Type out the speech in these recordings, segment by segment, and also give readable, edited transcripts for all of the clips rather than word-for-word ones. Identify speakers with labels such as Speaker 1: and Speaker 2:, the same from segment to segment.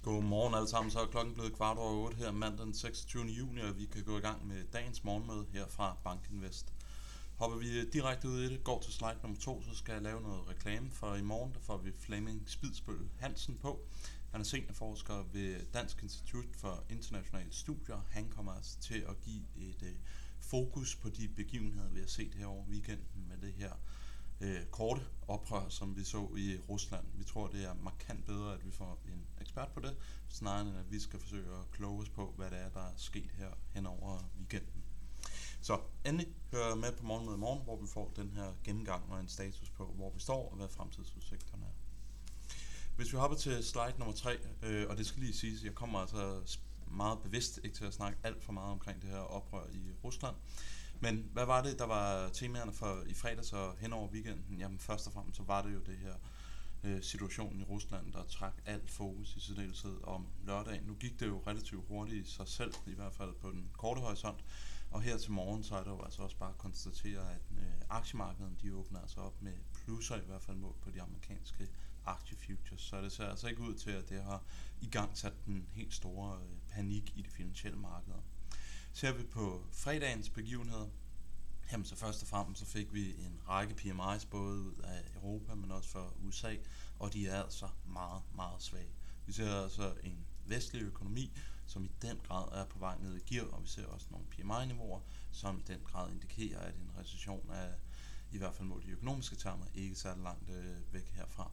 Speaker 1: Godmorgen alle sammen, så er klokken blevet 7:15 her mandag den 26. juni, og vi kan gå i gang med dagens morgenmøde her fra BankInvest. Hopper vi direkte ud i det, går til slide nummer 2, så skal jeg lave noget reklame, for i morgen der får vi Flemming Spidsbøl Hansen på. Han er seniorforsker ved Dansk Institut for Internationale Studier. Han kommer altså til at give et fokus på de begivenheder, vi har set her over weekenden med det her korte oprør, som vi så i Rusland. Vi tror, det er markant bedre, at vi får en ekspert på det, snarere end at vi skal forsøge at kloge os på, hvad det er, der er sket her hen over weekenden. Så endelig hør med på morgenmødet i morgen, hvor vi får den her gennemgang og en status på, hvor vi står og hvad fremtidsudsigterne er. Hvis vi hopper til slide nummer 3, og det skal lige siges, at jeg kommer altså meget bevidst ikke til at snakke alt for meget omkring det her oprør i Rusland. Men hvad var det, der var temaerne for i fredags og hen over weekenden? Jamen først og fremmest så var det jo det her situationen i Rusland, der trak alt fokus i særdeleshed om lørdagen. Nu gik det jo relativt hurtigt i sig selv, i hvert fald på den korte horisont. Og her til morgen, så er det jo altså også bare at konstatere, at aktiemarkederne de åbner altså op med plusser, i hvert fald mål på de amerikanske aktiefutures. Så det ser altså ikke ud til, at det har igangsat den helt store panik i de finansielle markeder. Ser vi på fredagens begivenheder, jamen så først og fremmest så fik vi en række PMI's både ud af Europa, men også fra USA, og de er altså meget, meget svage. Vi ser altså en vestlig økonomi, som i den grad er på vej ned i gear, og vi ser også nogle PMI-niveauer, som i den grad indikerer, at en recession er, i hvert fald mod de økonomiske termer, ikke særlig langt væk herfra.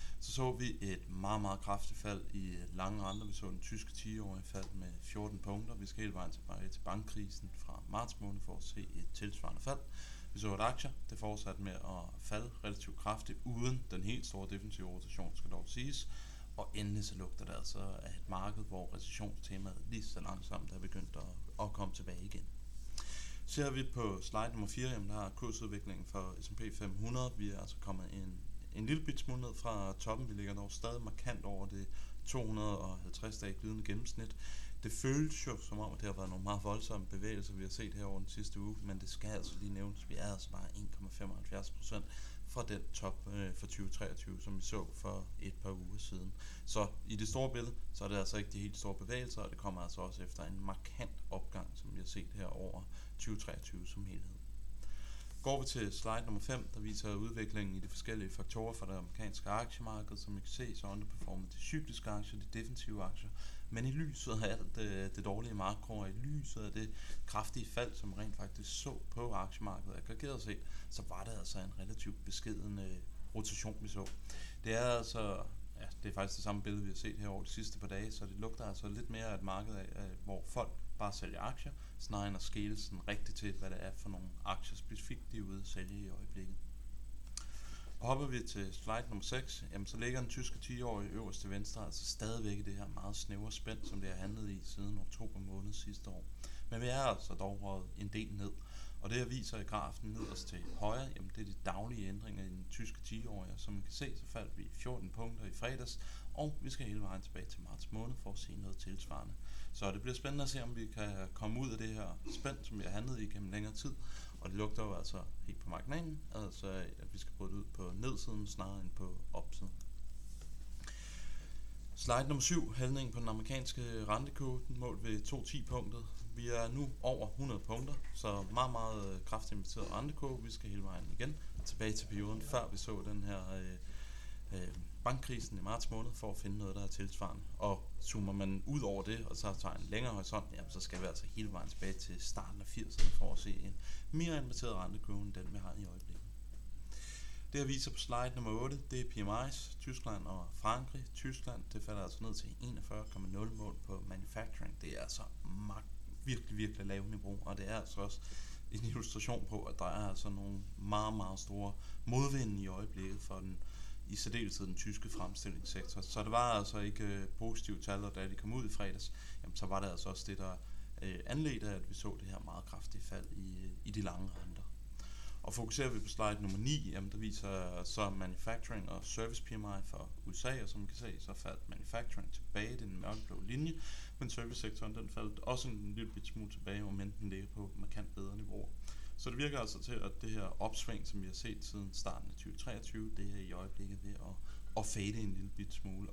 Speaker 1: Så vi et meget, meget kraftigt fald i lange renter. Vi så den tyske 10-årige fald med 14 punkter. Vi skal hele vejen tilbage til bankkrisen fra marts måned for at se et tilsvarende fald. Vi så, at aktier det fortsatte med at falde relativt kraftigt, uden den helt store defensive rotation, skal dog siges. Og endelig så lugter det altså af et marked, hvor recessionstemaet lige så langsomt er begyndt at komme tilbage igen. Ser vi på slide nummer 4, jamen der er kursudviklingen for S&P 500. Vi er altså kommet en lille bit smule ned fra toppen. Vi ligger dog stadig markant over det 250-dage glidende gennemsnit. Det føles jo som om, at det har været nogle meget voldsomme bevægelser, vi har set her over den sidste uge, men det skal altså lige nævnes. Vi er altså bare 1,75% fra den top for 2023, som vi så for et par uger siden. Så i det store billede, så er det altså ikke de helt store bevægelser, og det kommer altså også efter en markant opgang, som vi har set her over 2023 som helhed. Går vi til slide nummer 5, der viser udviklingen i de forskellige faktorer for det amerikanske aktiemarked. Som I kan se, så underperformer de cykliske aktier, de defensive aktier. Men i lyset af alt det dårlige makro, og i lyset af det kraftige fald, som rent faktisk så på aktiemarkedet aggregeret set, så var det altså en relativt beskeden rotation, vi så. Det er altså, ja, det er faktisk det samme billede, vi har set her over de sidste par dage, så det lugter altså lidt mere af et marked af, hvor folk bare sælger aktier, snarere end at skele sådan rigtigt til, hvad det er for nogle aktier specifikt, de er ude at sælge i øjeblikket. Og hopper vi til slide nummer 6, jamen så ligger den tyske 10-årige øverst til venstre altså stadigvæk i det her meget snævre spænd, som det har handlet i siden oktober måned sidste år. Men vi er altså dog røget en del ned. Og det jeg viser i grafen nederst til højre, jamen det er de daglige ændringer i den tyske 10-årige. Som man kan se, så faldt vi 14 punkter i fredags, og vi skal hele vejen tilbage til marts måned for at se noget tilsvarende. Så det bliver spændende at se, om vi kan komme ud af det her spænd, som vi har handlet i gennem længere tid. Og det lugter jo altså helt på marginalen, altså at vi skal bryde ud på nedsiden snarere end på opsiden. Slide nummer 7, hældningen på den amerikanske rentekurve, den målt ved 2,10 punktet. Vi er nu over 100 punkter, så meget, meget kraftigt investeret rentekurve. Vi skal hele vejen igen tilbage til perioden, før vi så den her bankkrisen i marts måned, for at finde noget, der er tilsvarende. Og zoomer man ud over det, og så tager en længere horisont, jamen, så skal vi altså hele vejen tilbage til starten af 80'erne for at se en mere inverteret rentekurve end den, vi har i øjeblikket. Det jeg viser på slide nummer 8, det er PMI's, Tyskland og Frankrig. Tyskland, det falder altså ned til 41,0 mål på manufacturing. Det er altså virkelig, virkelig lavt niveau, og det er altså også en illustration på, at der er altså nogle meget, meget store modvinde i øjeblikket for den, i særdeleshed den tyske fremstillingssektor. Så det var altså ikke positive tal, og da de kom ud i fredags, jamen, så var det altså også det, der anledte, at vi så det her meget kraftige fald i de lange renter. Og fokuserer vi på slide nummer 9, jamen der viser så manufacturing og service PMI for USA, og som man kan se, så faldt manufacturing tilbage, den mørkeblå linje, men servicesektoren den faldt også en lille bit smule tilbage, og den ligger på markant bedre niveauer. Så det virker altså til, at det her opsving, som vi har set siden starten af 2023, det er i øjeblikket ved at fade en lille bit smule, og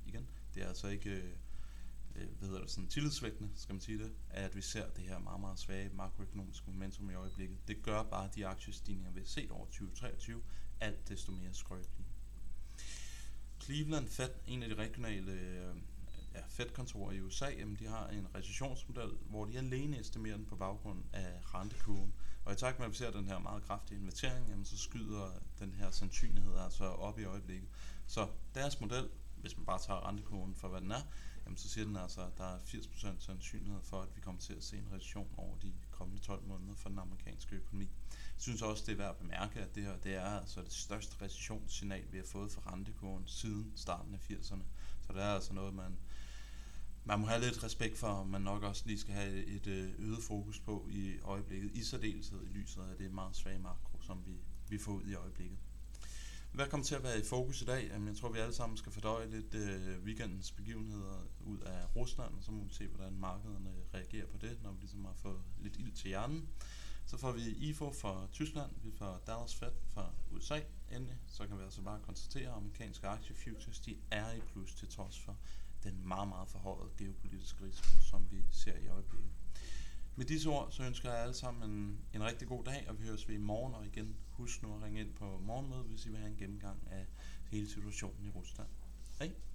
Speaker 1: igen, det er altså ikke sådan tillidsvækkende, skal man sige det, at vi ser det her meget, meget svage makroøkonomiske momentum i øjeblikket. Det gør bare de aktiestigninger, vi har set over 2023, alt desto mere skrøbelige. Cleveland Fed, en af de regionale Fed-kontorer i USA, de har en recessionsmodel, hvor de alene estimerer den på baggrund af rentekurven. Og i takt med, at vi ser den her meget kraftige invertering, så skyder den her sandsynlighed altså op i øjeblikket. Så deres model, hvis man bare tager rentekurven for, hvad den er, så siger den altså, at der er 80% sandsynlighed for, at vi kommer til at se en recession over de kommende 12 måneder for den amerikanske økonomi. Jeg synes også, det er værd at bemærke, at det her det er altså det største recessionssignal, vi har fået fra rentekurven siden starten af 80'erne. Så det er altså noget, man må have lidt respekt for, og man nok også lige skal have et øget fokus på i øjeblikket, i særdeleshed i lyset af det meget svage makro, som vi får ud i øjeblikket. Hvad kommer til at være i fokus i dag? Jeg tror, vi alle sammen skal fordøje lidt weekendens begivenheder ud af Rusland, og så må vi se, hvordan markederne reagerer på det, når vi ligesom har fået lidt ild til hjernen. Så får vi IFO fra Tyskland, vi får Dallas Fed fra USA. Endelig så kan vi altså bare konstatere, at amerikanske aktiefutures de er i plus til trods for den meget, meget forhøjede geopolitiske risiko, som vi ser i øjeblikket. Med disse ord, så ønsker jeg alle sammen en rigtig god dag, og vi høres ved i morgen, og igen, husk nu at ringe ind på morgenmødet, hvis I vil have en gennemgang af hele situationen i Rusland. Hej!